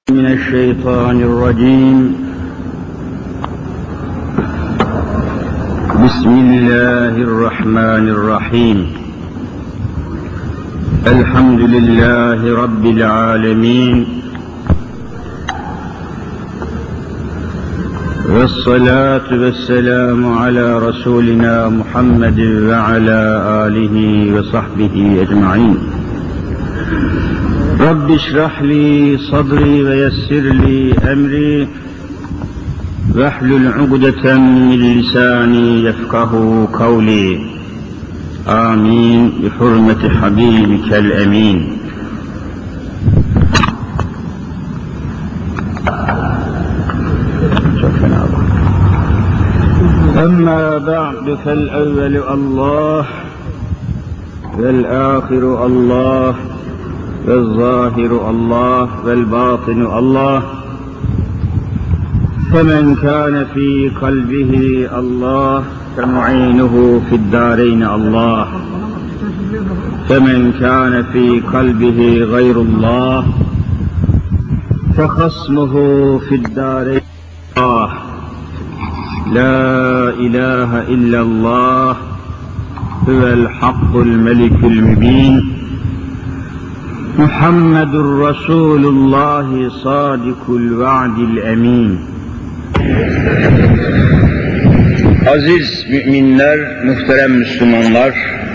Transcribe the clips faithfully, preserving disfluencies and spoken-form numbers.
من الشيطان الرجيم. بسم الله الرحمن الرحيم. الحمد لله رب العالمين، والصلاة والسلام على رسولنا محمد وعلى آله وصحبه أجمعين. رب اشرح لي صدري ويسر لي أمري واحلل عقدة من لساني يفقه قولي. آمين بحرمة حبيبك الأمين. أما بعد فالأول الله والآخر الله والظاهر الله والباطن الله، فمن كان في قلبه الله فمعينه في الدارين الله، فمن كان في قلبه غير الله فخصمه في الدارين الله. لا إله إلا الله هو الحق الملك المبين، محمد رسول الله صادق الوعد الأمين. Aziz müminler, muhterem Müslümanlar,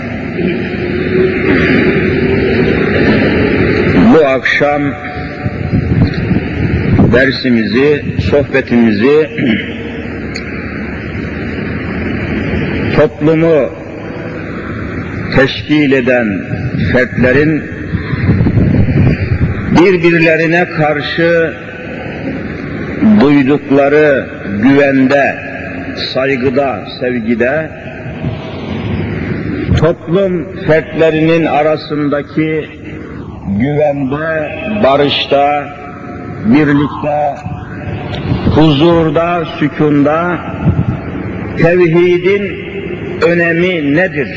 bu akşam dersimizi, sohbetimizi toplumu teşkil eden fertlerin birbirlerine karşı duydukları güvende, saygıda, sevgide, toplum fertlerinin arasındaki güvende, barışta, birlikte, huzurda, sükunda tevhidin önemi nedir?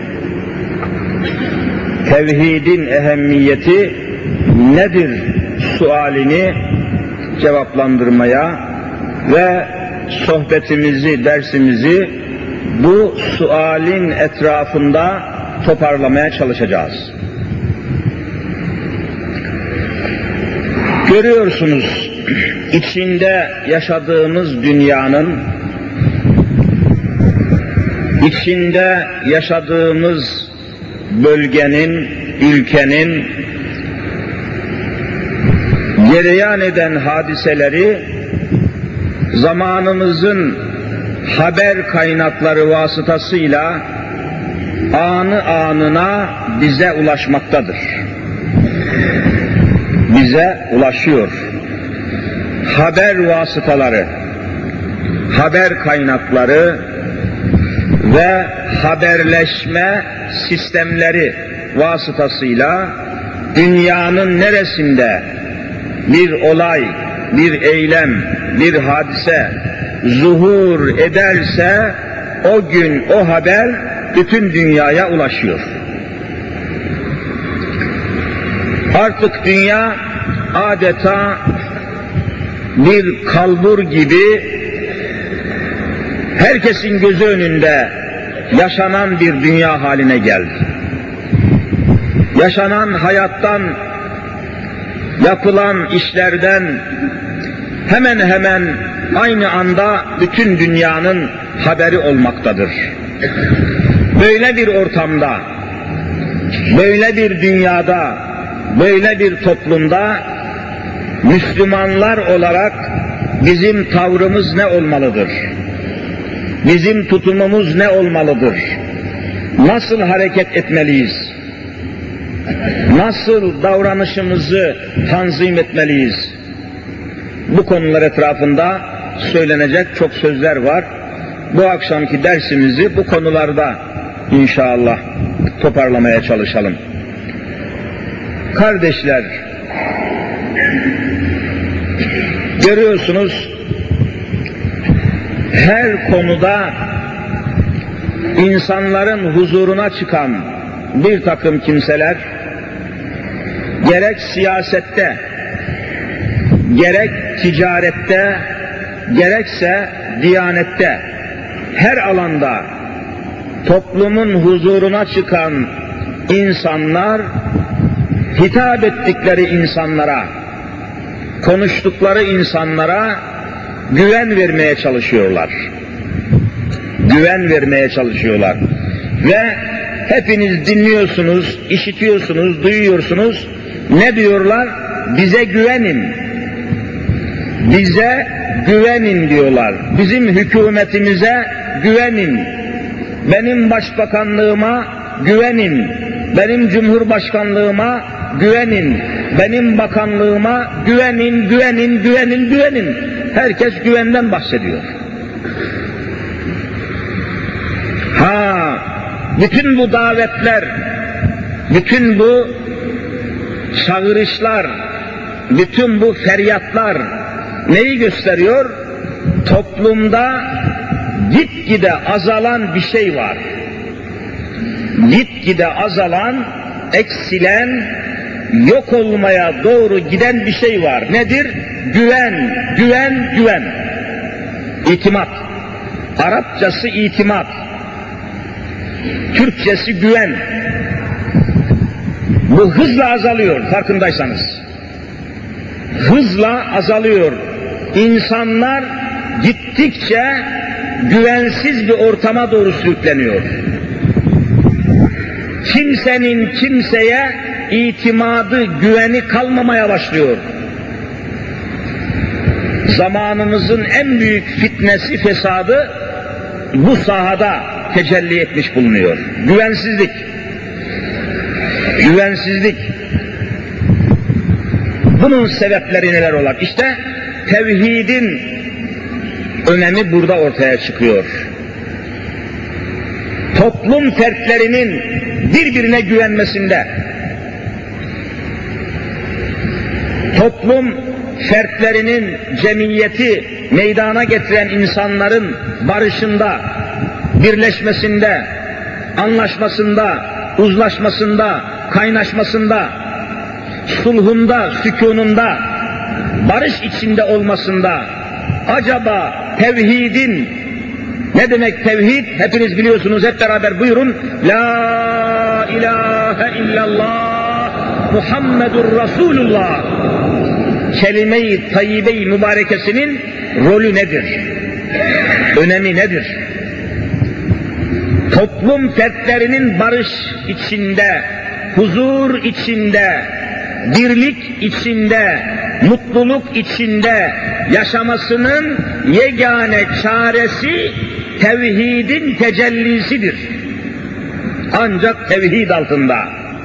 Tevhidin ehemmiyeti nedir sualini cevaplandırmaya ve sohbetimizi, dersimizi bu sualin etrafında toparlamaya çalışacağız. Görüyorsunuz, içinde yaşadığımız dünyanın, içinde yaşadığımız bölgenin, ülkenin cereyan eden hadiseleri zamanımızın haber kaynakları vasıtasıyla anı anına bize ulaşmaktadır. Bize ulaşıyor. Haber vasıtaları, haber kaynakları ve haberleşme sistemleri vasıtasıyla dünyanın neresinde bir olay, bir eylem, bir hadise zuhur ederse o gün o haber bütün dünyaya ulaşıyor. Artık dünya adeta bir kalbur gibi herkesin gözü önünde yaşanan bir dünya haline geldi. Yaşanan hayattan, yapılan işlerden hemen hemen aynı anda bütün dünyanın haberi olmaktadır. Böyle bir ortamda, böyle bir dünyada, böyle bir toplumda Müslümanlar olarak bizim tavrımız ne olmalıdır? Bizim tutumumuz ne olmalıdır? Nasıl hareket etmeliyiz? Nasıl davranışımızı tanzim etmeliyiz? Bu konular etrafında söylenecek çok sözler var. Bu akşamki dersimizi bu konularda inşallah toparlamaya çalışalım. Kardeşler, görüyorsunuz, her konuda insanların huzuruna çıkan bir takım kimseler gerek siyasette, gerek ticarette, gerekse diyanette, her alanda toplumun huzuruna çıkan insanlar, hitap ettikleri insanlara, konuştukları insanlara güven vermeye çalışıyorlar. Güven vermeye çalışıyorlar. Ve hepiniz dinliyorsunuz, işitiyorsunuz, duyuyorsunuz. Ne diyorlar? Bize güvenin. Bize güvenin diyorlar. Bizim hükümetimize güvenin. Benim başbakanlığıma güvenin. Benim cumhurbaşkanlığıma güvenin. Benim bakanlığıma güvenin, güvenin, güvenin, güvenin. Herkes güvenden bahsediyor. Ha, bütün bu davetler, bütün bu çağrışlar, bütün bu feryatlar neyi gösteriyor? Toplumda gitgide azalan bir şey var. Gitgide azalan, eksilen, yok olmaya doğru giden bir şey var. Nedir? Güven, güven, güven. İtimat. Arapçası itimat. Türkçesi güven. Bu hızla azalıyor farkındaysanız. Hızla azalıyor. İnsanlar gittikçe güvensiz bir ortama doğru sürükleniyor. Kimsenin kimseye itimadı, güveni kalmamaya başlıyor. Zamanımızın en büyük fitnesi, fesadı bu sahada tecelli etmiş bulunuyor. Güvensizlik. Güvensizlik. Bunun sebepleri neler olabilir? İşte tevhidin önemi burada ortaya çıkıyor. Toplum fertlerinin birbirine güvenmesinde, toplum fertlerinin cemiyeti meydana getiren insanların barışında, birleşmesinde, anlaşmasında, uzlaşmasında, kaynaşmasında, sulhunda, sükununda, barış içinde olmasında, acaba tevhidin, ne demek tevhid? Hepiniz biliyorsunuz, hep beraber buyurun. La ilahe illallah Muhammedur Resulullah. Kelime-i tayyibe-i mübarekesinin rolü nedir? Önemi nedir? Toplum fertlerinin barış içinde, huzur içinde, birlik içinde, mutluluk içinde yaşamasının yegane çaresi tevhidin tecellisidir. Ancak tevhid altında,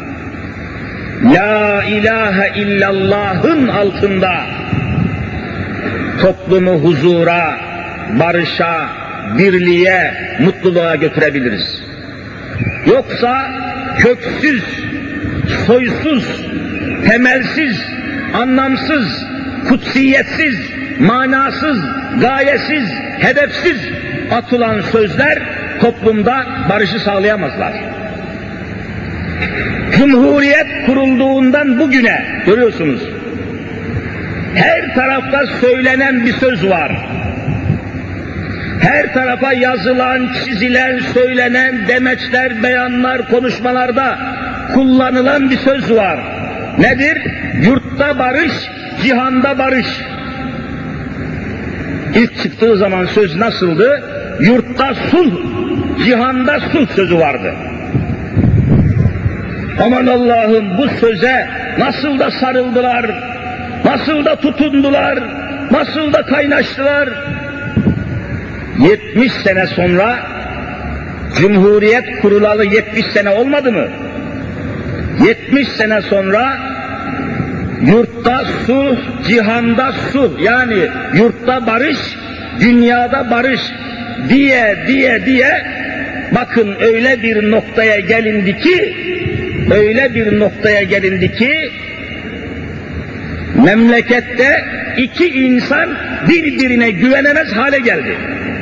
La ilahe illallah'ın altında toplumu huzura, barışa, birliğe, mutluluğa götürebiliriz. Yoksa köksüz, soysuz, temelsiz, anlamsız, kutsiyetsiz, manasız, gayesiz, hedefsiz atılan sözler toplumda barışı sağlayamazlar. Cumhuriyet kurulduğundan bugüne görüyorsunuz, her tarafta söylenen bir söz var. Her tarafa yazılan, çizilen, söylenen demeçler, beyanlar, konuşmalarda kullanılan bir söz var. Nedir? Yurtta barış, cihanda barış. İlk çıktığı zaman söz nasıldı? Yurtta sulh, cihanda sulh sözü vardı. Aman Allah'ım, bu söze nasıl da sarıldılar, nasıl da tutundular, nasıl da kaynaştılar. yetmiş sene sonra, Cumhuriyet kurulalı yetmiş sene olmadı mı? yetmiş sene sonra yurtta sulh, cihanda sulh, yani yurtta barış, dünyada barış diye diye diye bakın öyle bir noktaya gelindi ki, öyle bir noktaya gelindi ki memlekette iki insan birbirine güvenemez hale geldi.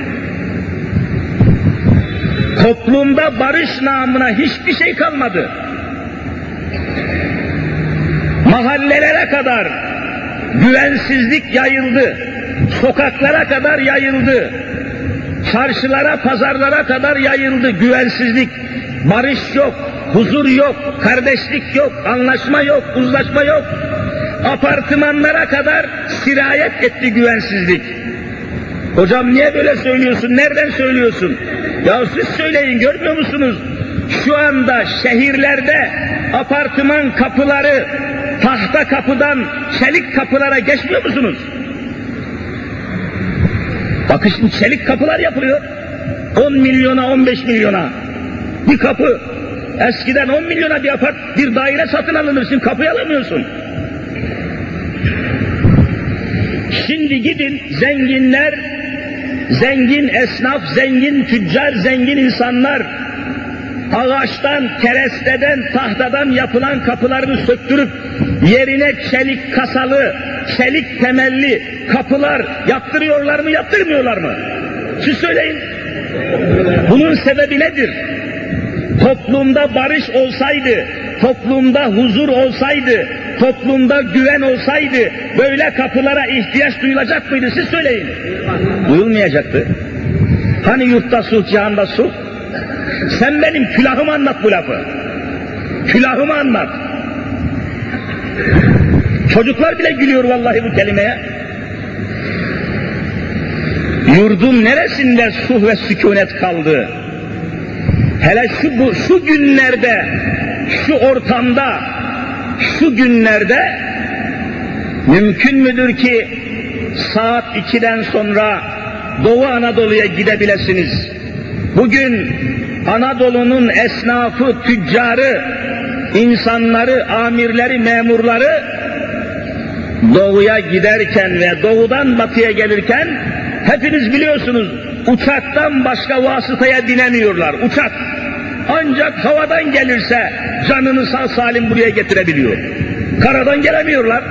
Toplumda barış namına hiçbir şey kalmadı. Mahallelere kadar, güvensizlik yayıldı. Sokaklara kadar yayıldı. Çarşılara, pazarlara kadar yayıldı güvensizlik. Barış yok, huzur yok, kardeşlik yok, anlaşma yok, uzlaşma yok. Apartmanlara kadar sirayet etti güvensizlik. Hocam niye böyle söylüyorsun, nereden söylüyorsun? Ya siz söyleyin, görmüyor musunuz? Şu anda şehirlerde apartman kapıları tahta kapıdan çelik kapılara geçmiyor musunuz? Bakın şimdi çelik kapılar yapılıyor. on milyona, on beş milyona bir kapı. Eskiden on milyona bir apart, bir daire satın alınırsın, kapıyı alamıyorsun. Şimdi gidin zenginler, zengin esnaf, zengin tüccar, zengin insanlar ağaçtan, keresteden, tahtadan yapılan kapılarını söktürüp yerine çelik kasalı, çelik temelli kapılar yaptırıyorlar mı, yaptırmıyorlar mı? Siz söyleyin. Bunun sebebi nedir? Toplumda barış olsaydı, toplumda huzur olsaydı, toplumda güven olsaydı böyle kapılara ihtiyaç duyulacak mıydı? Siz söyleyin. Duyulmayacaktı. Hani yurtta sulh, cihanda sulh? Sen benim külahımı anlat bu lafı. Külahımı anlat. Çocuklar bile gülüyor vallahi bu kelimeye. Yurdun neresinde sulh ve sükunet kaldı? Hele şu, bu, şu günlerde, şu ortamda, şu günlerde mümkün müdür ki saat ikiden sonra Doğu Anadolu'ya gidebilesiniz? Bugün Anadolu'nun esnafı, tüccarı, insanları, amirleri, memurları doğuya giderken ve doğudan batıya gelirken hepiniz biliyorsunuz uçaktan başka vasıtaya binemiyorlar. Uçak ancak havadan gelirse canını sağ salim buraya getirebiliyor. Karadan gelemiyorlar.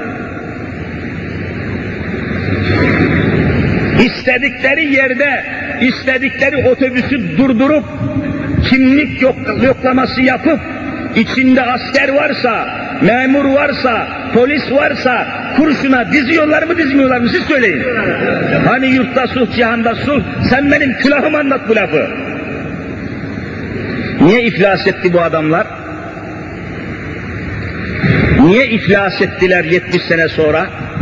İstedikleri yerde, istedikleri otobüsü durdurup kimlik yok, yoklaması yapıp içinde asker varsa, memur varsa, polis varsa kurşuna diziyorlar mı, dizmiyorlar mı? Siz söyleyin. Hani yurtta sulh, cihanda sulh? Sen benim külahımı anlat bu lafı. Niye iflas etti bu adamlar? Niye iflas ettiler yetmiş sene sonra?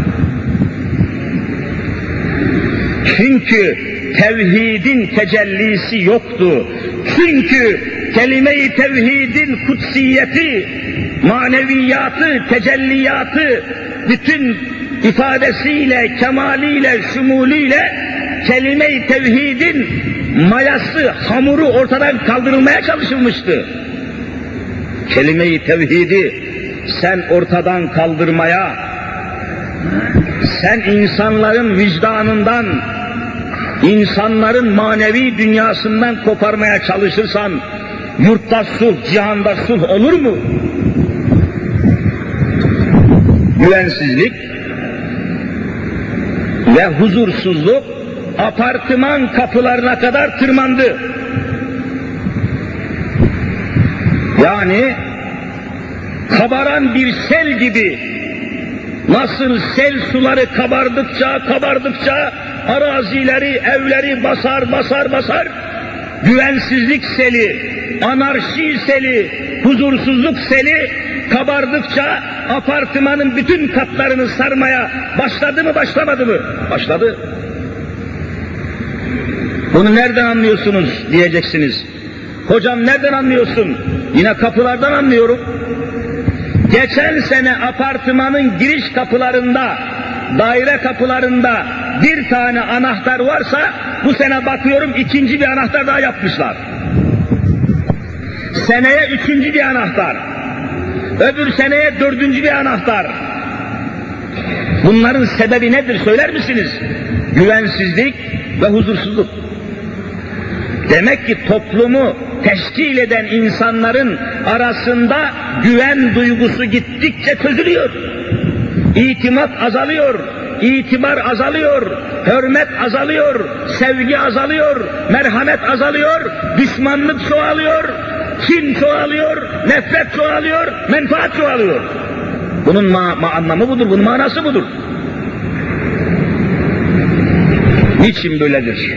Çünkü tevhidin tecellisi yoktu. Çünkü kelime-i tevhidin kutsiyeti, maneviyatı, tecelliyatı, bütün ifadesiyle, kemaliyle, şumulüyle kelime-i tevhidin mayası, hamuru ortadan kaldırılmaya çalışılmıştı. Kelime-i tevhidi sen ortadan kaldırmaya, sen insanların vicdanından, insanların manevi dünyasından koparmaya çalışırsan, yurtta sulh, cihanda sulh olur mu? Güvensizlik ve huzursuzluk apartman kapılarına kadar tırmandı. Yani kabaran bir sel gibi, nasıl sel suları kabardıkça kabardıkça arazileri, evleri basar basar basar, güvensizlik seli, anarşi seli, huzursuzluk seli kabardıkça apartmanın bütün katlarını sarmaya başladı mı, başlamadı mı? Başladı. Bunu nereden anlıyorsunuz diyeceksiniz. Hocam nereden anlıyorsun? Yine kapılardan anlıyorum. Geçen sene apartmanın giriş kapılarında, daire kapılarında bir tane anahtar varsa, bu sene bakıyorum ikinci bir anahtar daha yapmışlar. Seneye üçüncü bir anahtar, öbür seneye dördüncü bir anahtar. Bunların sebebi nedir söyler misiniz? Güvensizlik ve huzursuzluk. Demek ki toplumu teşkil eden insanların arasında güven duygusu gittikçe çözülüyor. İtimat azalıyor, itibar azalıyor, hürmet azalıyor, sevgi azalıyor, merhamet azalıyor, düşmanlık çoğalıyor, kin çoğalıyor, nefret çoğalıyor, menfaat çoğalıyor. Bunun ma ma anlamı budur, bunun manası budur. Niçin böyledir?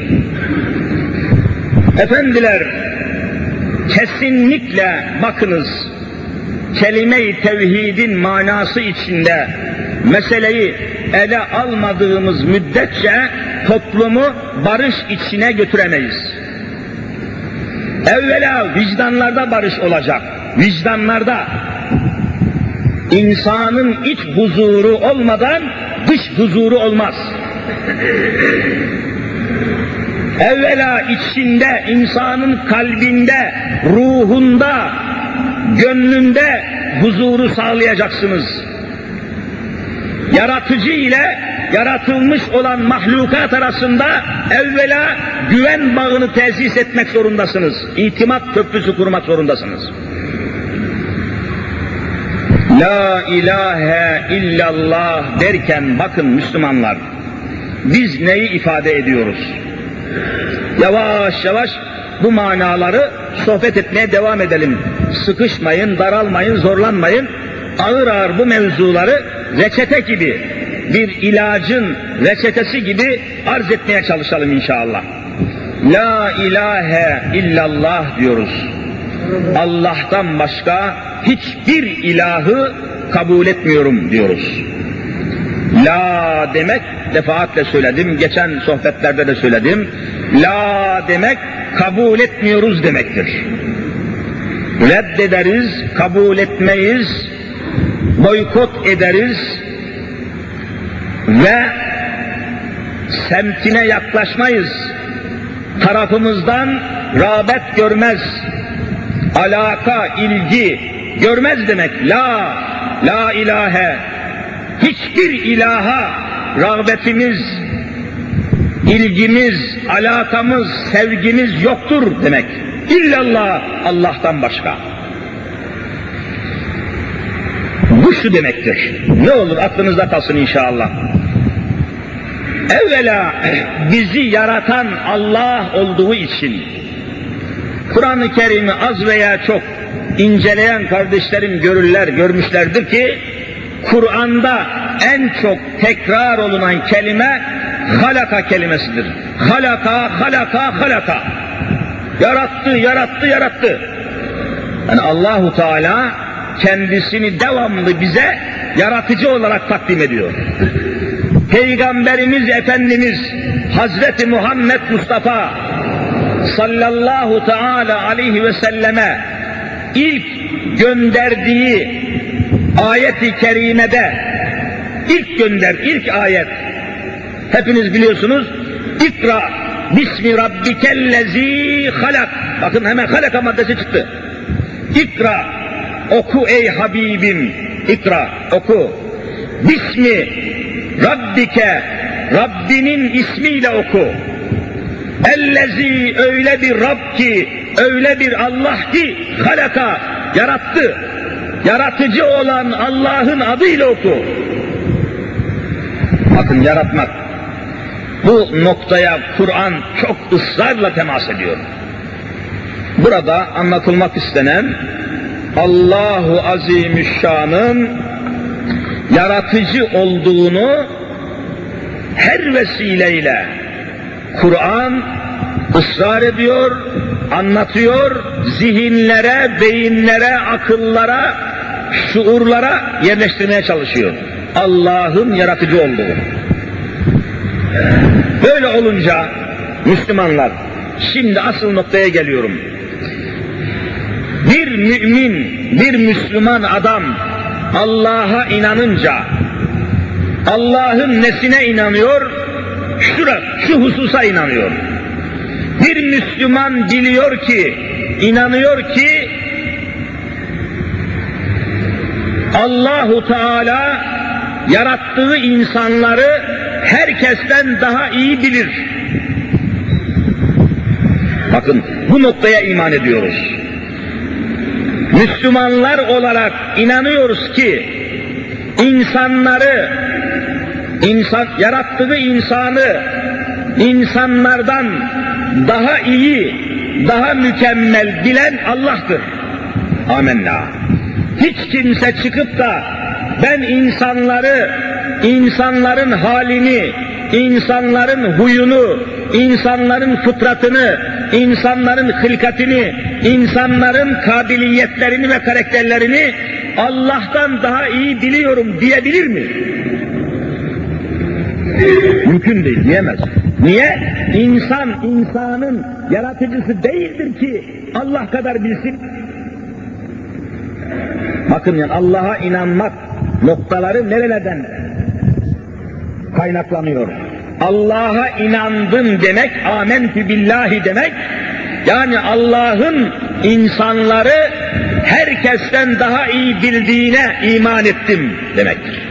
Efendiler, kesinlikle bakınız, kelime-i tevhidin manası içinde meseleyi ele almadığımız müddetçe toplumu barış içine götüremeyiz. Evvela vicdanlarda barış olacak, vicdanlarda. İnsanın iç huzuru olmadan dış huzuru olmaz. Evvela içinde, insanın kalbinde, ruhunda, gönlünde huzuru sağlayacaksınız. Yaratıcı ile yaratılmış olan mahlukat arasında evvela güven bağını tesis etmek zorundasınız. İtimat köprüsü kurmak zorundasınız. La ilahe illallah derken bakın Müslümanlar, biz neyi ifade ediyoruz? Yavaş yavaş bu manaları sohbet etmeye devam edelim. Sıkışmayın, daralmayın, zorlanmayın. Ağır ağır bu mevzuları reçete gibi, bir ilacın reçetesi gibi arz etmeye çalışalım inşallah. La ilahe illallah diyoruz. Allah'tan başka hiçbir ilahı kabul etmiyorum diyoruz. La demek, defaatle söyledim, geçen sohbetlerde de söyledim. La demek kabul etmiyoruz demektir. Reddederiz, kabul etmeyiz, boykot ederiz ve semtine yaklaşmayız. Tarafımızdan rağbet görmez, alaka, ilgi görmez demek. La, la ilahe, hiçbir ilaha rağbetimiz, ilgimiz, alakamız, sevgimiz yoktur demek. İllallah, Allah'tan başka. Bu şu demektir. Ne olur aklınızda kalsın inşallah. Evvela bizi yaratan Allah olduğu için Kur'an-ı Kerim'i az veya çok inceleyen kardeşlerim görürler, görmüşlerdir ki Kur'an'da en çok tekrar olunan kelime halaka kelimesidir. Halaka, halaka, halaka. Yarattı, yarattı, yarattı. Yani Allahu Teala kendisini devamlı bize yaratıcı olarak takdim ediyor. Peygamberimiz Efendimiz Hazreti Muhammed Mustafa sallallahu teala aleyhi ve selleme ilk gönderdiği ayet-i kerimede ilk gönder, ilk ayet hepiniz biliyorsunuz. İkra bismi rabbikellezi halak. Bakın hemen halaka maddesi çıktı. İkra, oku ey Habibim, ikra, oku. Bismi rabbike, Rabbinin ismiyle oku. Ellezi, öyle bir Rabb ki, öyle bir Allah ki halaka, yarattı. Yaratıcı olan Allah'ın adıyla oku. Bakın yaratmak. Bu noktaya Kur'an çok ısrarla temas ediyor. Burada anlatılmak istenen Allahu Azimüşşan'ın yaratıcı olduğunu her vesileyle Kur'an ısrar ediyor, anlatıyor, zihinlere, beyinlere, akıllara, şuurlara yerleştirmeye çalışıyor. Allah'ın yaratıcı olduğu. Böyle olunca Müslümanlar, şimdi asıl noktaya geliyorum. Bir mümin, bir Müslüman adam Allah'a inanınca Allah'ın nesine inanıyor? Şura, şu hususa inanıyor. Bir Müslüman biliyor ki, inanıyor ki Allahu Teala yarattığı insanları herkesten daha iyi bilir. Bakın bu noktaya iman ediyoruz. Müslümanlar olarak inanıyoruz ki insanları, insan yarattığı insanı insanlardan daha iyi, daha mükemmel bilen Allah'tır. Amenna. Hiç kimse çıkıp da ben insanları, insanların halini, insanların huyunu, insanların fıtratını, insanların hılkatini, insanların kabiliyetlerini ve karakterlerini Allah'tan daha iyi biliyorum diyebilir mi? Mümkün değil, diyemez. Niye? İnsan, insanın yaratıcısı değildir ki Allah kadar bilsin. Bakın yani Allah'a inanmak noktaları nerelerden kaynaklanıyor? Allah'a inandım demek, âmentü billahi demek, yani Allah'ın insanları herkesten daha iyi bildiğine iman ettim demektir.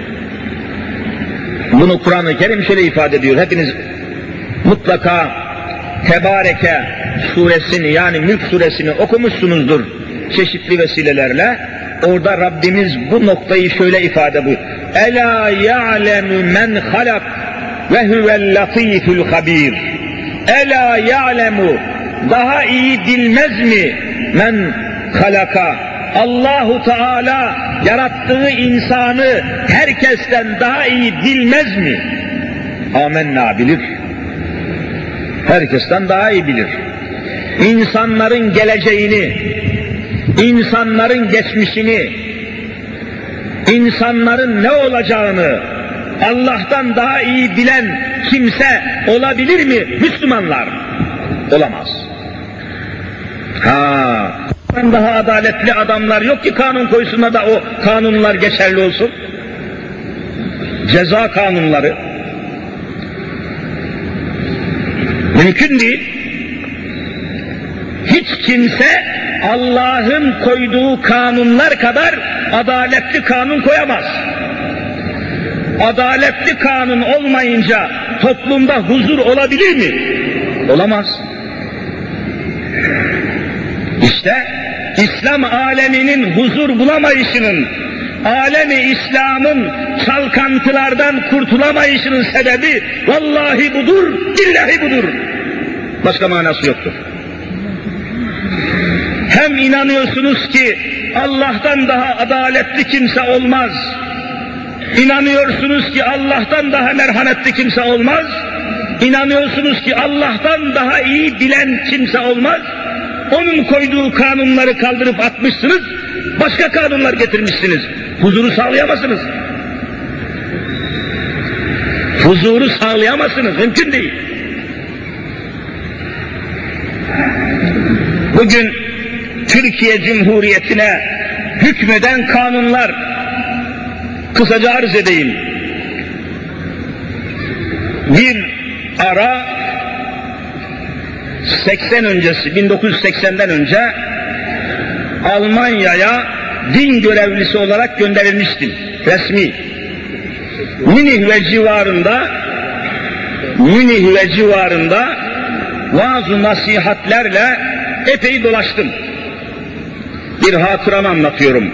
Bunu Kur'an-ı Kerim şöyle ifade ediyor. Hepiniz mutlaka Tebareke suresini, yani Mülk suresini okumuşsunuzdur çeşitli vesilelerle. Orada Rabbimiz bu noktayı şöyle ifade buyuruyor. Ela ya'lemu men halak ve huvel latiful habir. Ela ya'lemu, daha iyi bilmez mi men halaka? Allahu Teala yarattığı insanı herkesten daha iyi bilmez mi? Amenna, bilir. Herkesten daha iyi bilir. İnsanların geleceğini, insanların geçmişini, insanların ne olacağını Allah'tan daha iyi bilen kimse olabilir mi Müslümanlar? Olamaz. Ha, daha adaletli adamlar yok ki kanun koysunlar da o kanunlar geçerli olsun. Ceza kanunları. Mümkün değil. Hiç kimse Allah'ın koyduğu kanunlar kadar adaletli kanun koyamaz. Adaletli kanun olmayınca toplumda huzur olabilir mi? Olamaz. İşte İslam aleminin huzur bulamayışının, alemi İslam'ın çalkantılardan kurtulamayışının sebebi vallahi budur, billahi budur. Başka manası yoktur. Hem inanıyorsunuz ki Allah'tan daha adaletli kimse olmaz, İnanıyorsunuz ki Allah'tan daha merhametli kimse olmaz, İnanıyorsunuz ki Allah'tan daha iyi bilen kimse olmaz. Onun koyduğu kanunları kaldırıp atmışsınız, başka kanunlar getirmişsiniz. Huzuru sağlayamazsınız. Huzuru sağlayamazsınız, mümkün değil. Bugün Türkiye Cumhuriyeti'ne hükmeden kanunlar, kısaca arz edeyim. Bir ara seksen öncesi, bin dokuz yüz seksenden önce Almanya'ya din görevlisi olarak gönderilmiştim, resmi. Münih ve civarında, Münih ve civarında vaaz-ı nasihatlerle epey dolaştım. Bir hatıramı anlatıyorum.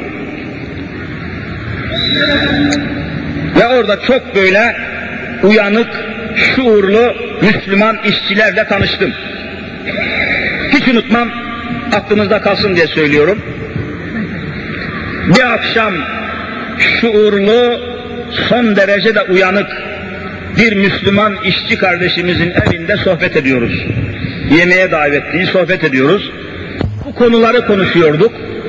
Ve orada çok böyle uyanık, şuurlu Müslüman işçilerle tanıştım. Hiç unutmam, aklınızda kalsın diye söylüyorum. Bir akşam şuurlu, son derece de uyanık bir Müslüman işçi kardeşimizin evinde sohbet ediyoruz. Yemeğe davetliyiz, sohbet ediyoruz. Bu konuları konuşuyorduk.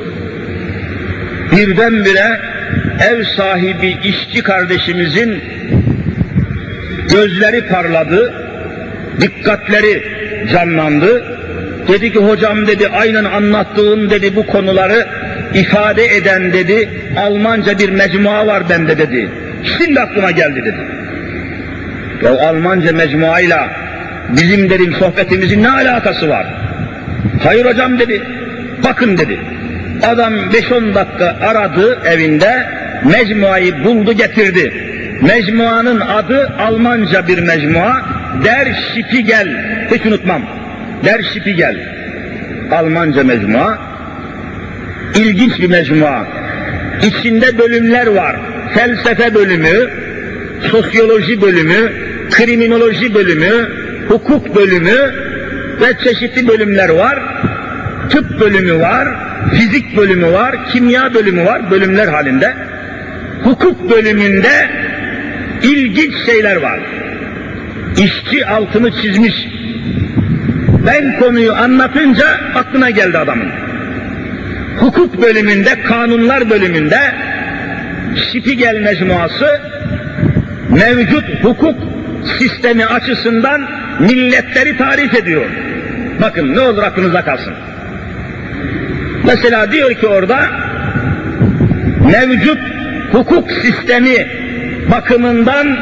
Birdenbire ev sahibi işçi kardeşimizin gözleri parladı, dikkatleri canlandı. Dedi ki hocam dedi, aynen anlattığın dedi bu konuları ifade eden dedi Almanca bir mecmua var bende dedi. Şimdi aklıma geldi dedi. Ya Almanca mecmuayla bizim dedim sohbetimizin ne alakası var? Hayır hocam dedi. Bakın dedi. Adam beş on dakika aradı evinde, mecmuayı buldu getirdi. Mecmuanın adı Almanca bir mecmua. Der Spiegel. Hiç unutmam. Der Spiegel. Almanca mecmua. İlginç bir mecmua. İçinde bölümler var. Felsefe bölümü, sosyoloji bölümü, kriminoloji bölümü, hukuk bölümü ve çeşitli bölümler var. Tıp bölümü var, fizik bölümü var, kimya bölümü var, bölümler halinde. hukuk bölümünde ilginç şeyler var. İşçi altını çizmiş. Ben konuyu anlatınca aklına geldi adamın. Hukuk bölümünde, kanunlar bölümünde Spiegel mecmuası mevcut hukuk sistemi açısından milletleri tarif ediyor. Bakın ne olur aklınıza kalsın. Mesela diyor ki orada mevcut hukuk sistemi bakımından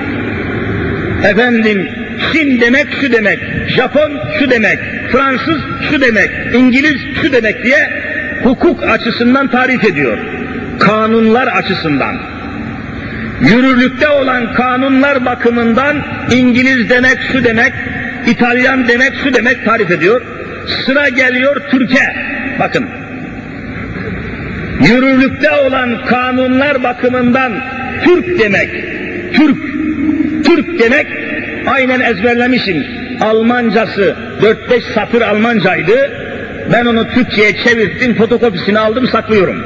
efendim Çin demek şu demek, Japon şu demek, Fransız şu demek, İngiliz şu demek diye hukuk açısından tarif ediyor. Kanunlar açısından. Yürürlükte olan kanunlar bakımından İngiliz demek şu demek, İtalyan demek şu demek tarif ediyor. Sıra geliyor Türkiye. Bakın. Yürürlükte olan kanunlar bakımından Türk demek, Türk, Türk demek aynen ezberlemişim. Almancası dört beş satır Almancaydı. Ben onu Türkçe'ye çevirdim, fotokopisini aldım, saklıyorum.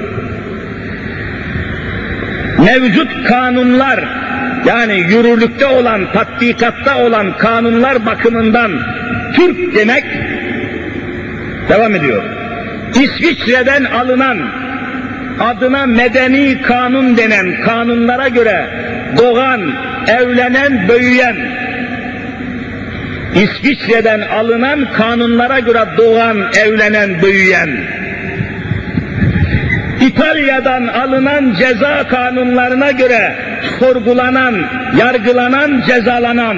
Mevcut kanunlar, yani yürürlükte olan, tatbikatta olan kanunlar bakımından Türk demek, devam ediyor. İsviçre'den alınan, adına medeni kanun denen kanunlara göre doğan, evlenen, büyüyen, İsviçre'den alınan kanunlara göre doğan, evlenen, büyüyen, İtalya'dan alınan ceza kanunlarına göre sorgulanan, yargılanan, cezalanan,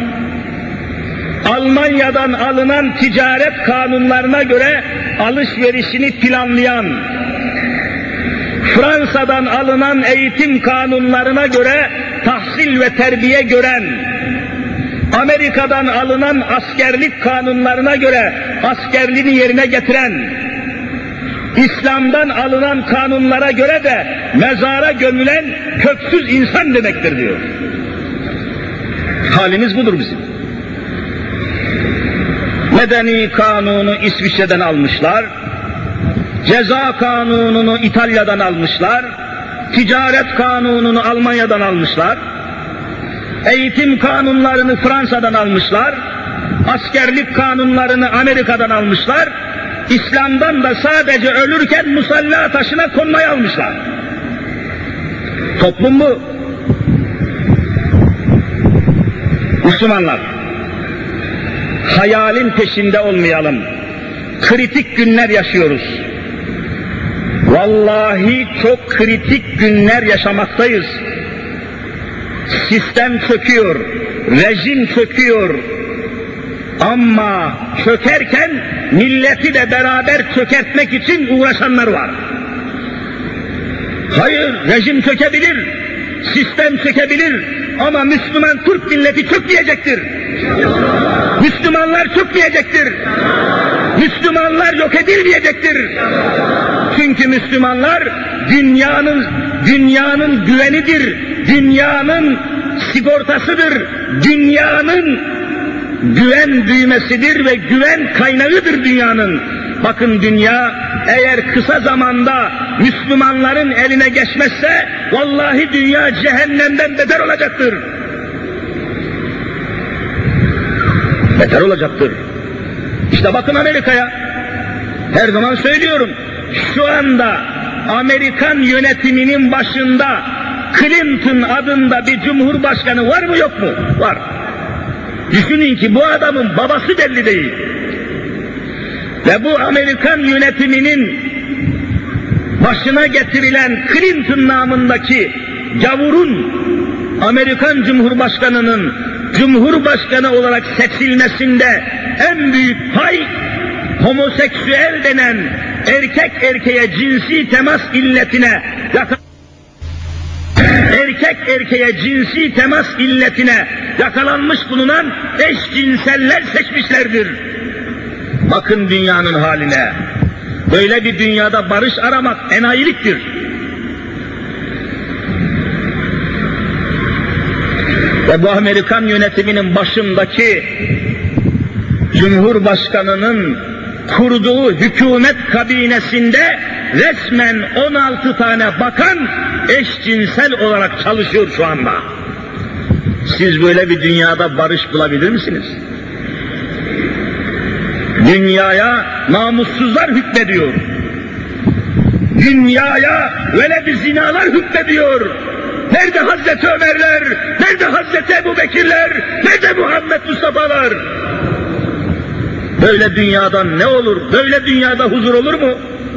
Almanya'dan alınan ticaret kanunlarına göre alışverişini planlayan, Fransa'dan alınan eğitim kanunlarına göre tahsil ve terbiye gören, Amerika'dan alınan askerlik kanunlarına göre askerliğini yerine getiren, İslam'dan alınan kanunlara göre de mezara gömülen köksüz insan demektir diyor. Halimiz budur bizim. Medeni kanunu İsviçre'den almışlar, ceza kanununu İtalya'dan almışlar, ticaret kanununu Almanya'dan almışlar, eğitim kanunlarını Fransa'dan almışlar, askerlik kanunlarını Amerika'dan almışlar, İslam'dan da sadece ölürken musalla taşına konmayı almışlar. Toplum bu. Müslümanlar, hayalin peşinde olmayalım. Kritik günler yaşıyoruz. Vallahi çok kritik günler yaşamaktayız. Sistem çöküyor, rejim çöküyor. Ama çökerken milleti de beraber çökertmek için uğraşanlar var. Hayır, rejim çökebilir, sistem çökebilir ama Müslüman Türk milleti çökmeyecektir. Müslümanlar çökmeyecektir. Müslümanlar yok edilmeyecektir. Çünkü Müslümanlar dünyanın dünyanın güvenidir, dünyanın sigortasıdır, dünyanın güven düğmesidir ve güven kaynağıdır dünyanın. Bakın dünya eğer kısa zamanda Müslümanların eline geçmezse vallahi dünya cehennemden beter olacaktır. Beter olacaktır. İşte bakın Amerika'ya. Her zaman söylüyorum. Şu anda Amerikan yönetiminin başında Clinton adında bir cumhurbaşkanı var mı yok mu? Var. Düşünün ki bu adamın babası belli değil. Ve bu Amerikan yönetiminin başına getirilen Clinton namındaki gavurun Amerikan Cumhurbaşkanı'nın Cumhurbaşkanı olarak seçilmesinde en büyük pay homoseksüel denen erkek erkeğe cinsi temas illetine erkek erkeğe cinsi temas illetine yakalanmış bulunan eşcinseller seçmişlerdir. Bakın dünyanın haline. Böyle bir dünyada barış aramak enayiliktir. Ve bu Amerikan yönetiminin başındaki Cumhurbaşkanının kurduğu hükümet kabinesinde resmen on altı tane bakan eşcinsel olarak çalışıyor şu anda. Siz böyle bir dünyada barış bulabilir misiniz? Dünyaya namussuzlar hükmediyor. Dünyaya veled-i zinalar hükmediyor. Nerede Hazreti Ömerler, nerede Hazreti Ebu Bekirler, nerede Muhammed Mustafa'lar? Böyle dünyadan ne olur, böyle dünyada huzur olur mu?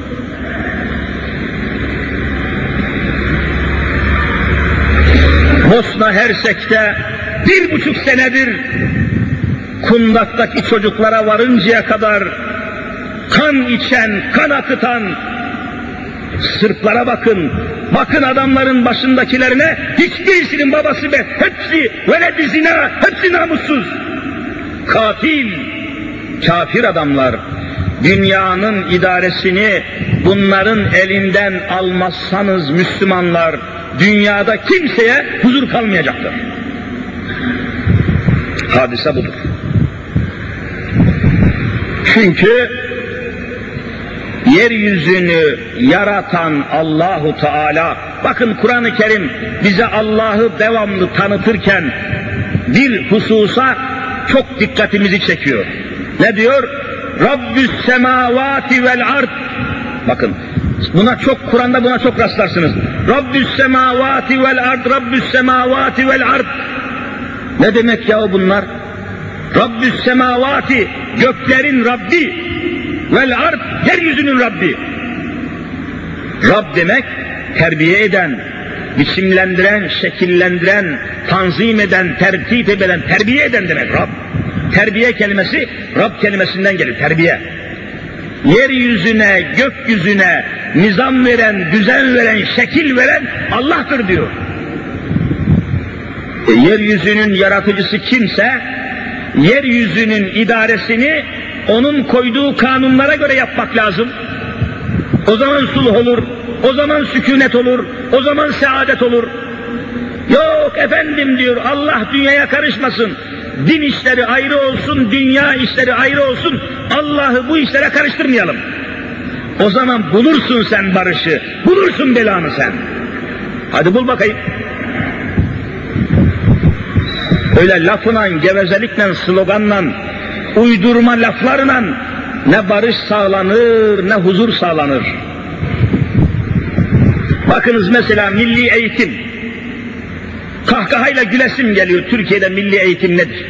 Bosna Hersek'te bir buçuk senedir kundaktaki çocuklara varıncaya kadar kan içen, kan akıtan Sırplara bakın, bakın adamların başındakilerine, hiçbirisinin babası be, hepsi veled-i zina, hepsi namussuz, katil, kafir adamlar. Dünyanın idaresini bunların elinden almazsanız Müslümanlar, dünyada kimseye huzur kalmayacaktır. Hadise budur. Çünkü yeryüzünü yaratan Allahu Teala, bakın Kur'an-ı Kerim bize Allah'ı devamlı tanıtırken bir hususa çok dikkatimizi çekiyor. Ne diyor? Rabbüs semavati vel ard. Bakın buna çok, Kur'an'da buna çok rastlarsınız. Rabbüs semavati vel ard, Rabbüs semavati vel ard. Ne demek ya bunlar? Rabbüs semavati, göklerin Rabbi, vel ard, yeryüzünün Rabbi. Rab demek terbiye eden, biçimlendiren, şekillendiren, tanzim eden, tertip eden, terbiye eden demek Rab. Terbiye kelimesi Rab kelimesinden gelir, terbiye. Yeryüzüne, gökyüzüne nizam veren, düzen veren, şekil veren Allah'tır diyor. E, yeryüzünün yaratıcısı kimse, yeryüzünün idaresini onun koyduğu kanunlara göre yapmak lazım. O zaman sulh olur, o zaman sükûnet olur, o zaman saadet olur. Yok efendim diyor, Allah dünyaya karışmasın. Din işleri ayrı olsun, dünya işleri ayrı olsun. Allah'ı bu işlere karıştırmayalım. O zaman bulursun sen barışı, bulursun belanı sen. Hadi bul bakayım. Öyle lafla, gevezelikle, sloganla, uydurma laflarla ne barış sağlanır, ne huzur sağlanır. Bakınız mesela milli eğitim. Kahkahayla gülesim geliyor, Türkiye'de milli eğitim nedir?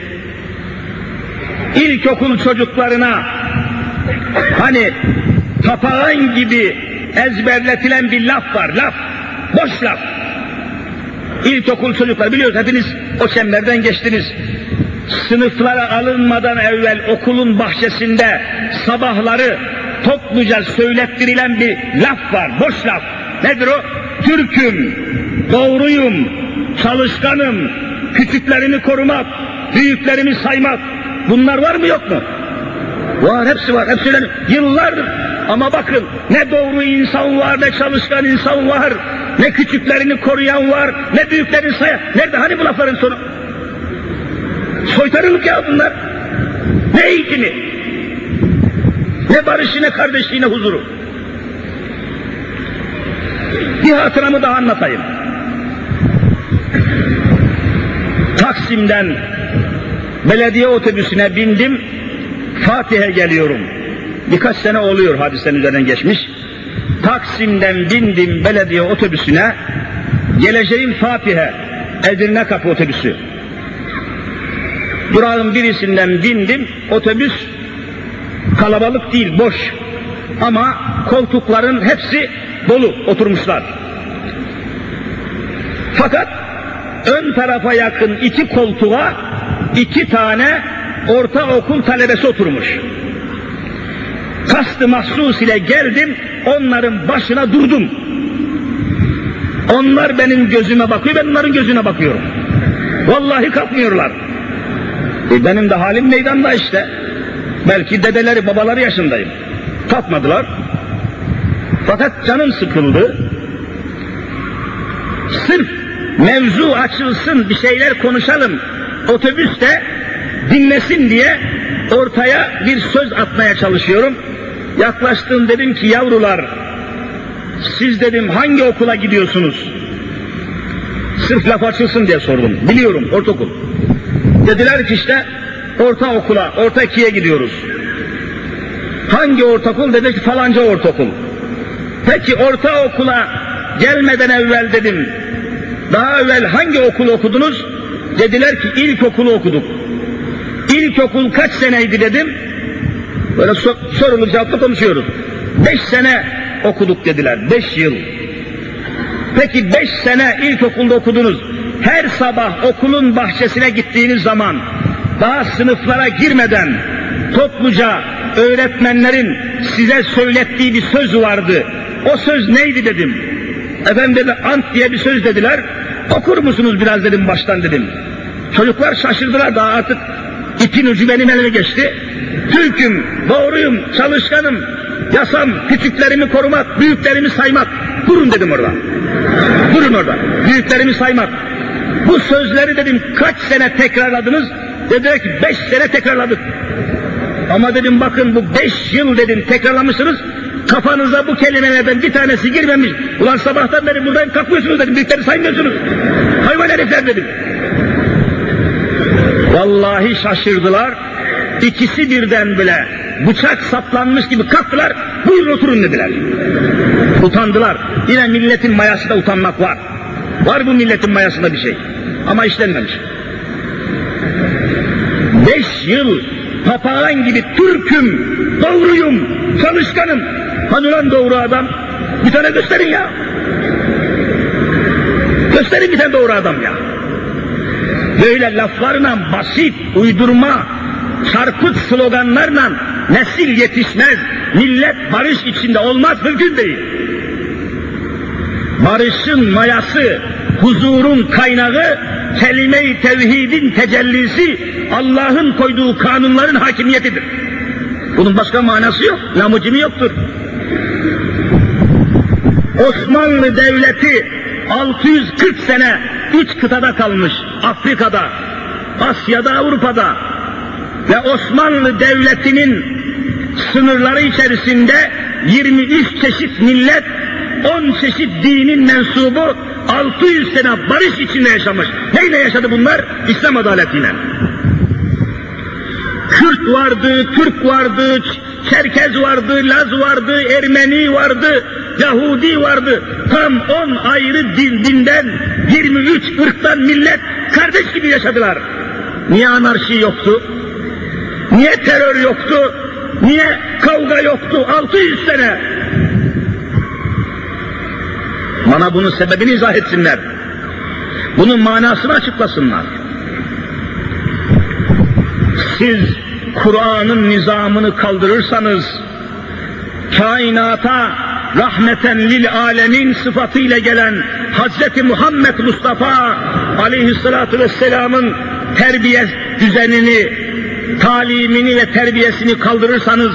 İlkokul çocuklarına hani papağan gibi ezberletilen bir laf var, laf, boş laf. İlkokul çocuklar, biliyoruz hepiniz o çemberden geçtiniz. Sınıflara alınmadan evvel okulun bahçesinde sabahları topluca söylettirilen bir laf var, boş laf. Nedir o? Türk'üm, doğruyum, çalışkanım, küçüklerimi korumak, büyüklerimi saymak. Bunlar var mı yok mu? Var, hepsi var, hepsi öyle. Yıllardır. Ama bakın ne doğru insan var, ne çalışkan insan var, ne küçüklerini koruyan var, ne büyüklerini sayan. Nerede? Hani bu lafların sonu? Soytarılık ya bunlar. Ne eğitimi? Ne barışı, ne kardeşliği, ne huzuru? Bir hatıramı daha anlatayım. Taksim'den belediye otobüsüne bindim, Fatih'e geliyorum. Birkaç sene oluyor hadisenin üzerinden geçmiş. Taksim'den bindim belediye otobüsüne, geleceğim Fatih'e, Edirne Kapı otobüsü. Durağın birisinden bindim, otobüs kalabalık değil, boş. Ama koltukların hepsi dolu, oturmuşlar. Fakat ön tarafa yakın iki koltuğa iki tane ortaokul talebesi oturmuş. Kast-ı mahsus ile geldim, onların başına durdum. Onlar benim gözüme bakıyor, ben onların gözüne bakıyorum. Vallahi kalkmıyorlar. E benim de halim meydanda işte. Belki dedeleri, babaları yaşındayım. Kalkmadılar. Fakat canım sıkıldı. Sırf mevzu açılsın, bir şeyler konuşalım, otobüste dinlesin diye ortaya bir söz atmaya çalışıyorum. Yaklaştım, dedim ki yavrular, siz dedim hangi okula gidiyorsunuz? Sırf laf açılsın diye sordum. Biliyorum, ortaokul. Dediler ki işte ortaokula, orta ikiye gidiyoruz. Hangi ortaokul? Dedi ki falanca ortaokul. Peki ortaokula gelmeden evvel dedim, daha evvel hangi okulu okudunuz? Dediler ki ilkokulu okuduk. İlkokul kaç seneydi dedim. Böyle sor, sorulu cevaplı konuşuyoruz. Beş sene okuduk dediler, beş yıl. Peki beş sene ilkokulda okudunuz. Her sabah okulun bahçesine gittiğiniz zaman, daha sınıflara girmeden topluca öğretmenlerin size söylettiği bir söz vardı. O söz neydi dedim. Efendim dedi, ant diye bir söz dediler. Okur musunuz biraz dedim baştan dedim. Çocuklar şaşırdılar, daha artık ipin ucu benim elime geçti. Türk'üm, doğruyum, çalışkanım, yasam, küçüklerimi korumak, büyüklerimi saymak. Durun dedim orada. Durun orada. Büyüklerimi saymak. Bu sözleri dedim kaç sene tekrarladınız? Dediler ki beş sene tekrarladık. Ama dedim bakın bu beş yıl dedim tekrarlamışsınız. Kafanıza bu kelimelerden bir tanesi girmemiş. Ulan sabahtan beri buradan kalkmıyorsunuz dedim. Büyükleri saymıyorsunuz. Hayvan herifler dedim. Vallahi şaşırdılar. İkisi birden bile bıçak saplanmış gibi kalktılar. Buyurun oturun dediler. Utandılar. Yine milletin mayasında utanmak var. Var bu milletin mayasında bir şey. Ama işlenmemiş. Beş yıl papağan gibi Türk'üm, doğruyum, çalışkanım. Hani lan doğru adam? Bir tane gösterin ya. Gösterin bir tane doğru adam ya. Böyle laflarla basit, uydurma, çarpık sloganlarla nesil yetişmez. Millet barış içinde olmaz, mümkün değil. Barışın mayası, huzurun kaynağı, kelime-i tevhidin tecellisi, Allah'ın koyduğu kanunların hakimiyetidir. Bunun başka manası yok, lamucunu yoktur. Osmanlı Devleti altı yüz kırk sene üç kıtada kalmış, Afrika'da, Asya'da, Avrupa'da ve Osmanlı Devleti'nin sınırları içerisinde yirmi üç çeşit millet, on çeşit dinin mensubu altı yüz sene barış içinde yaşamış. Neyle yaşadı bunlar? İslam adaletiyle. Kürt vardı, Türk vardı, Çerkez vardı, Laz vardı, Ermeni vardı, Yahudi vardı. Tam on ayrı din, dinden, yirmi üç ırktan millet kardeş gibi yaşadılar. Niye anarşi yoktu? Niye terör yoktu? Niye kavga yoktu? altı yüz sene. Bana bunun sebebini izah etsinler. Bunun manasını açıklasınlar. Siz Kur'an'ın nizamını kaldırırsanız, kainata rahmeten lil alemin sıfatıyla gelen Hazreti Muhammed Mustafa aleyhissalatu vesselam'ın terbiye düzenini, talimini ve terbiyesini kaldırırsanız,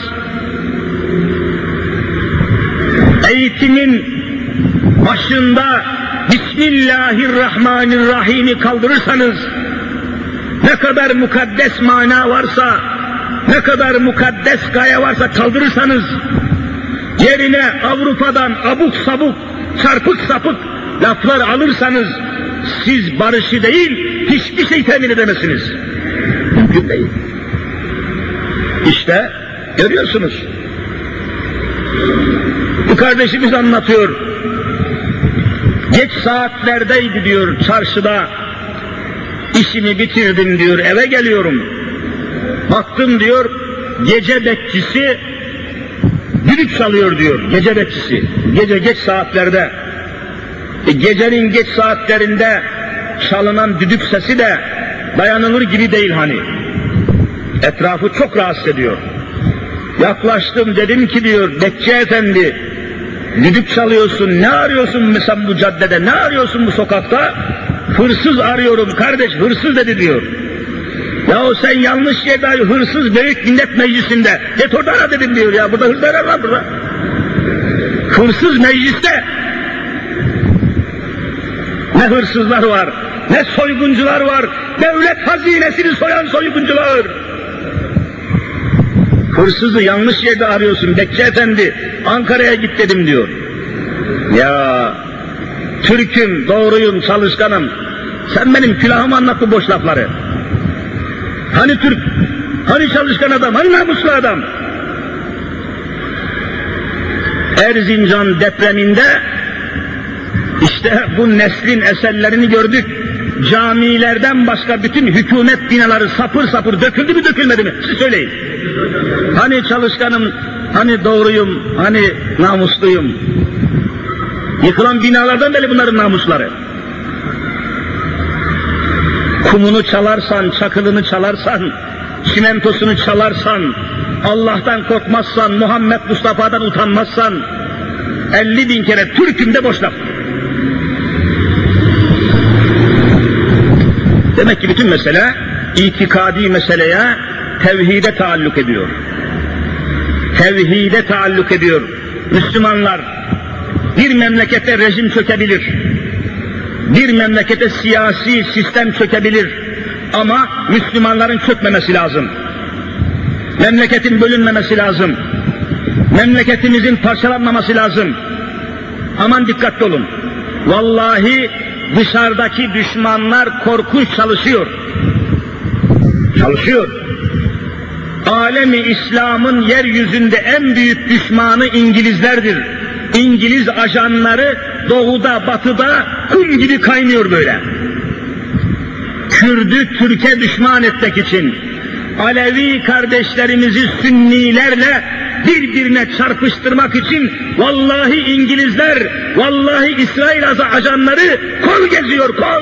eğitimin başında Bismillahirrahmanirrahim'i kaldırırsanız, ne kadar mukaddes mana varsa, ne kadar mukaddes gaye varsa kaldırırsanız, yerine Avrupa'dan abuk sabuk, çarpık sapık laflar alırsanız, siz barışı değil, hiçbir şey temin edemezsiniz. Mümkün değil. İşte görüyorsunuz. Bu kardeşimiz anlatıyor. Geç saatlerdeydi diyor çarşıda. İşimi bitirdim diyor, eve geliyorum. Baktım diyor, gece bekçisi düdük çalıyor diyor, gece bekçisi. Gece geç saatlerde. E, gecenin geç saatlerinde çalınan düdük sesi de dayanılır gibi değil hani. Etrafı çok rahatsız ediyor. Yaklaştım, dedim ki diyor, bekçi efendi, düdük çalıyorsun, ne arıyorsun mesela bu caddede, ne arıyorsun bu sokakta? Hırsız arıyorum kardeş, hırsız dedi diyor. Yahu sen yanlış yerde, hırsız Büyük Millet Meclisi'nde. Git orada ara dedim diyor ya, burada hırsızlar var burada. Hırsız mecliste. Ne hırsızlar var, ne soyguncular var, devlet hazinesini soyan soyguncular. Hırsızı yanlış yerde arıyorsun, Bekçi Efendi, Ankara'ya git dedim diyor. Ya Türk'üm, doğruyum, çalışkanım. Sen benim külahımı anlat bu boş lafları. Hani Türk, hani çalışkan adam, hani namuslu adam? Erzincan depreminde işte bu neslin eserlerini gördük. Camilerden başka bütün hükümet binaları sapır sapır döküldü mü dökülmedi mi? Siz söyleyin. Hani çalışkanım, hani doğruyum, hani namusluyum? Yıkılan binalardan beri bunların namusları. Kumunu çalarsan, çakılını çalarsan, çimentosunu çalarsan, Allah'tan korkmazsan, Muhammed Mustafa'dan utanmazsan, elli bin kere Türk'üm de boş laf. Demek ki bütün mesele, itikadi meseleye, tevhide taalluk ediyor. Tevhide taalluk ediyor. Müslümanlar, bir memlekete rejim çökebilir. Bir memlekete siyasi sistem çökebilir. Ama Müslümanların çökmemesi lazım. Memleketin bölünmemesi lazım. Memleketimizin parçalanmaması lazım. Aman dikkatli olun. Vallahi dışarıdaki düşmanlar korkunç çalışıyor. Çalışıyor. Alemi İslam'ın yeryüzünde en büyük düşmanı İngilizlerdir. İngiliz ajanları doğuda, batıda kum gibi kaynıyor böyle. Kürdü Türk'e düşman etmek için, Alevi kardeşlerimizi Sünnilerle birbirine çarpıştırmak için vallahi İngilizler, vallahi İsrail ajanları kol geziyor, kol.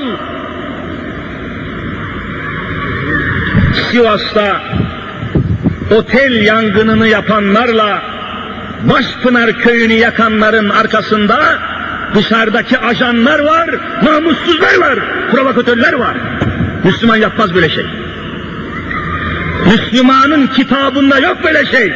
Sivas'ta otel yangınını yapanlarla Başpınar köyünü yakanların arkasında dışarıdaki ajanlar var, namussuzlar var, provokatörler var. Müslüman yapmaz böyle şey. Müslümanın kitabında yok böyle şey.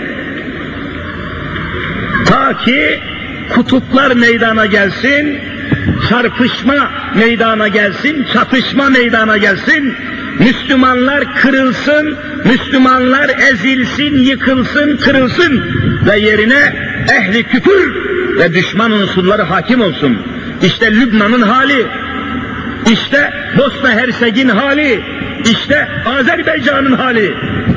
Ta ki kutuplar meydana gelsin, çarpışma meydana gelsin, çatışma meydana gelsin, Müslümanlar kırılsın, Müslümanlar ezilsin, yıkılsın, kırılsın ve yerine ehli küfür ve düşman unsurları hakim olsun. İşte Lübnan'ın hali, işte Bosna Hersek'in hali, işte Azerbaycan'ın hali.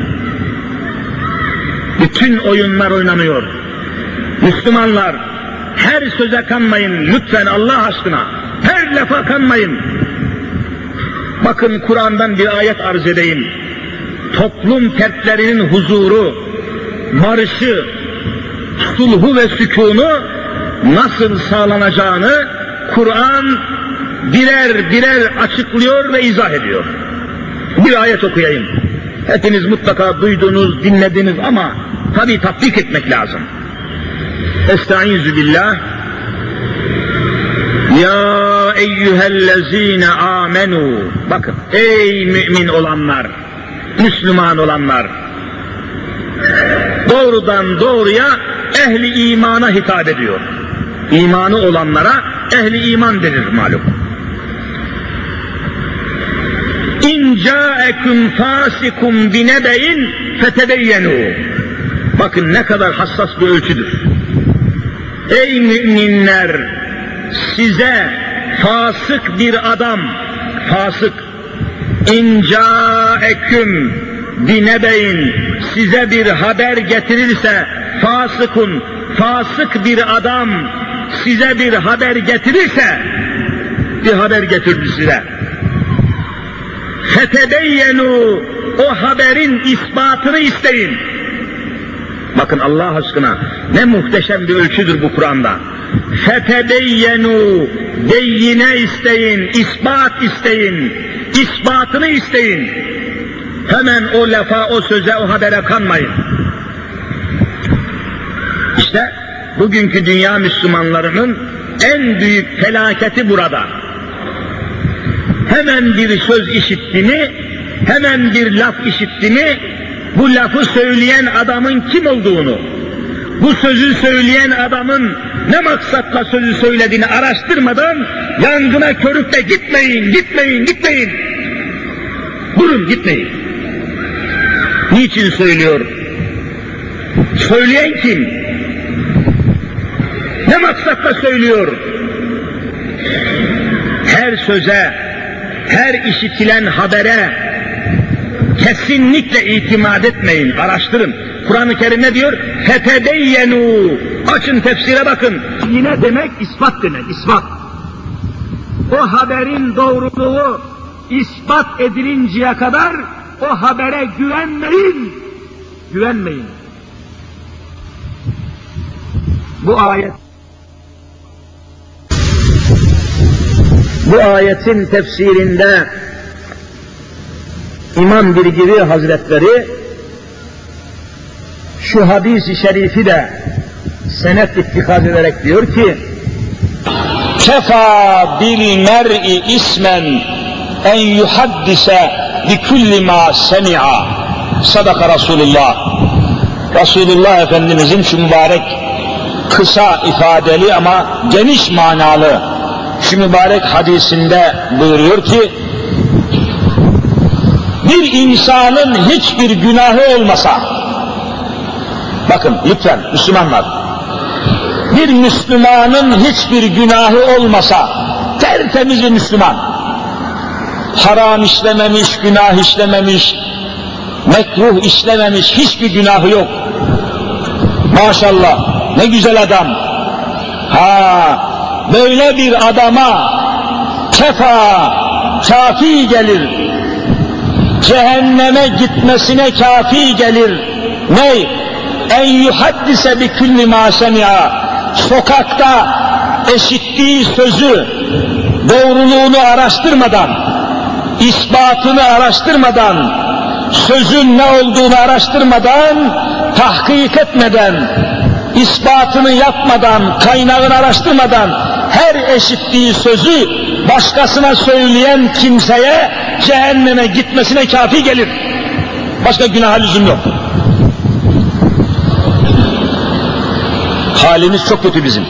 Bütün oyunlar oynanıyor. Müslümanlar, her söze kanmayın lütfen Allah aşkına, her lafa kanmayın. Bakın Kur'an'dan bir ayet arz edeyim. Toplum fertlerinin huzuru, barışı, sulhu ve sükûnu nasıl sağlanacağını Kur'an birer birer açıklıyor ve izah ediyor. Bir ayet okuyayım. Hepiniz mutlaka duydunuz, dinlediniz ama tabii tatbik etmek lazım. Estaizu billah. Ya eyyühellezine amenu. Bakın, ey mümin olanlar, Müslüman olanlar, doğrudan doğruya ehli imana hitap ediyor. İmanı olanlara ehli iman denir malum. İn câeküm fâsikum binebeyin fetebeyyenu. Bakın ne kadar hassas bir ölçüdür. Ey müminler, size fasık bir adam, fasık, in câeküm binebeyin, size bir haber getirirse, fasıkun, fasık bir adam size bir haber getirirse, bir haber getirdi size. Fetebeyyenu, o haberin ispatını isteyin. Bakın Allah aşkına ne muhteşem bir ölçüdür bu Kur'an'da. Fetebeyyenu, beyine isteyin, ispat isteyin, ispatını isteyin. Hemen o lafa, o söze, o habere kanmayın. İşte bugünkü dünya Müslümanlarının en büyük felaketi burada. Hemen bir söz işitti mi, hemen bir laf işitti mi, bu lafı söyleyen adamın kim olduğunu, bu sözü söyleyen adamın ne maksatla sözü söylediğini araştırmadan yangına körükle gitmeyin, gitmeyin, gitmeyin. Durun, gitmeyin. Niçin söylüyor? Söyleyen kim? Ne maksatla söylüyor? Her söze, her işitilen habere kesinlikle itimat etmeyin, araştırın. Kur'an-ı Kerim ne diyor? Fetebeyyenu. Açın tefsire bakın. Yine demek ispat demek, ispat. O haberin doğruluğu ispat edilinceye kadar o habere güvenmeyin. Güvenmeyin. Bu ayet Bu ayetin tefsirinde İmam Birgiri Hazretleri şu hadis-i şerifi de senet ittikaz ederek diyor ki: Kefa bil mer'i ismen en yuhaddise bi kulli ma semi'a. Sadaka Resulullah. Resulullah Efendimizin şu mübarek kısa ifadeli ama geniş manalı şu mübarek hadisinde buyuruyor ki, bir insanın hiçbir günahı olmasa, bakın lütfen Müslümanlar, bir Müslümanın hiçbir günahı olmasa, tertemiz bir Müslüman, haram işlememiş, günah işlememiş, mekruh işlememiş, hiçbir günahı yok. Maşallah, ne güzel adam. Ha, böyle bir adama kefa, kafi gelir. Cehenneme gitmesine kafi gelir. Ne? En yuhaddise bi kulli ma semi'a. Sokakta eşittiği sözü doğruluğunu araştırmadan, ispatını araştırmadan, sözün ne olduğunu araştırmadan, tahkik etmeden, ispatını yapmadan, kaynağını araştırmadan her eşittiği sözü başkasına söyleyen kimseye cehenneme gitmesine kafi gelir. Başka günaha lüzum yok. Halimiz çok kötü bizim.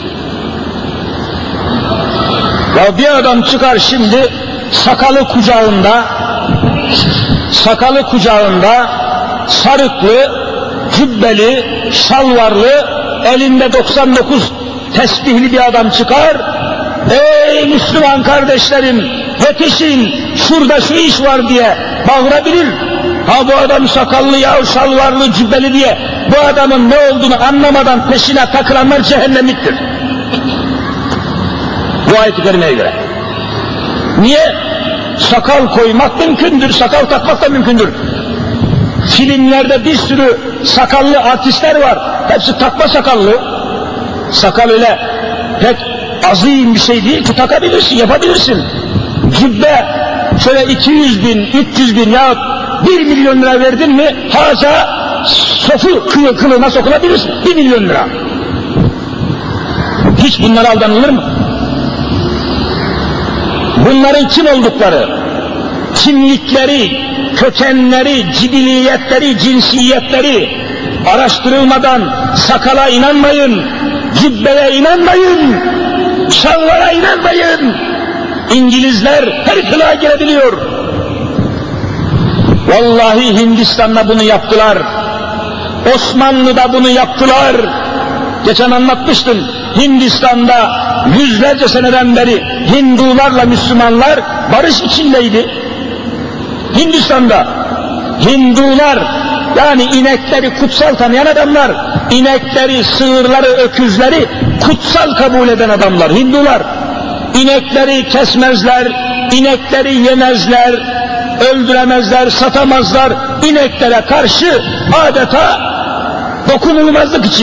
Ya bir adam çıkar şimdi sakalı kucağında, sakalı kucağında, sarıklı, cübbeli, şalvarlı, elinde doksan dokuz tesbihli bir adam çıkar. Ey Müslüman kardeşlerim, yetişin, şurada şu iş var diye bağırabilir. Ha bu adam sakallı ya, şalvarlı, cübbeli diye bu adamın ne olduğunu anlamadan peşine takılanlar cehennemliktir. Bu ayet-i kerimeye göre. Niye? Sakal koymak mümkündür, sakal takmak da mümkündür. Filmlerde bir sürü sakallı artistler var. Hepsi takma sakallı. Sakal öyle pek azim bir şey değil ki, takabilirsin, yapabilirsin. Cübbe şöyle iki yüz bin, üç yüz bin ya bir milyon lira verdin mi haza sofu kılı, kılığına sokulabilirsin. Bir milyon lira. Hiç bunlara aldanılır mı? Bunların kim oldukları, kimlikleri, kökenleri, cibiliyetleri, cinsiyetleri araştırılmadan sakala inanmayın, cübbeye inanmayın, şalvara inanmayın. İngilizler her kılığa girebiliyor. Vallahi Hindistan'da bunu yaptılar. Osmanlı'da bunu yaptılar. Geçen anlatmıştım. Hindistan'da yüzlerce seneden beri Hindularla Müslümanlar barış içindeydi. Hindistan'da Hindular, yani inekleri kutsal tanıyan adamlar, inekleri, sığırları, öküzleri kutsal kabul eden adamlar, Hindular. İnekleri kesmezler, inekleri yemezler, öldüremezler, satamazlar, ineklere karşı adeta dokunulmazlık için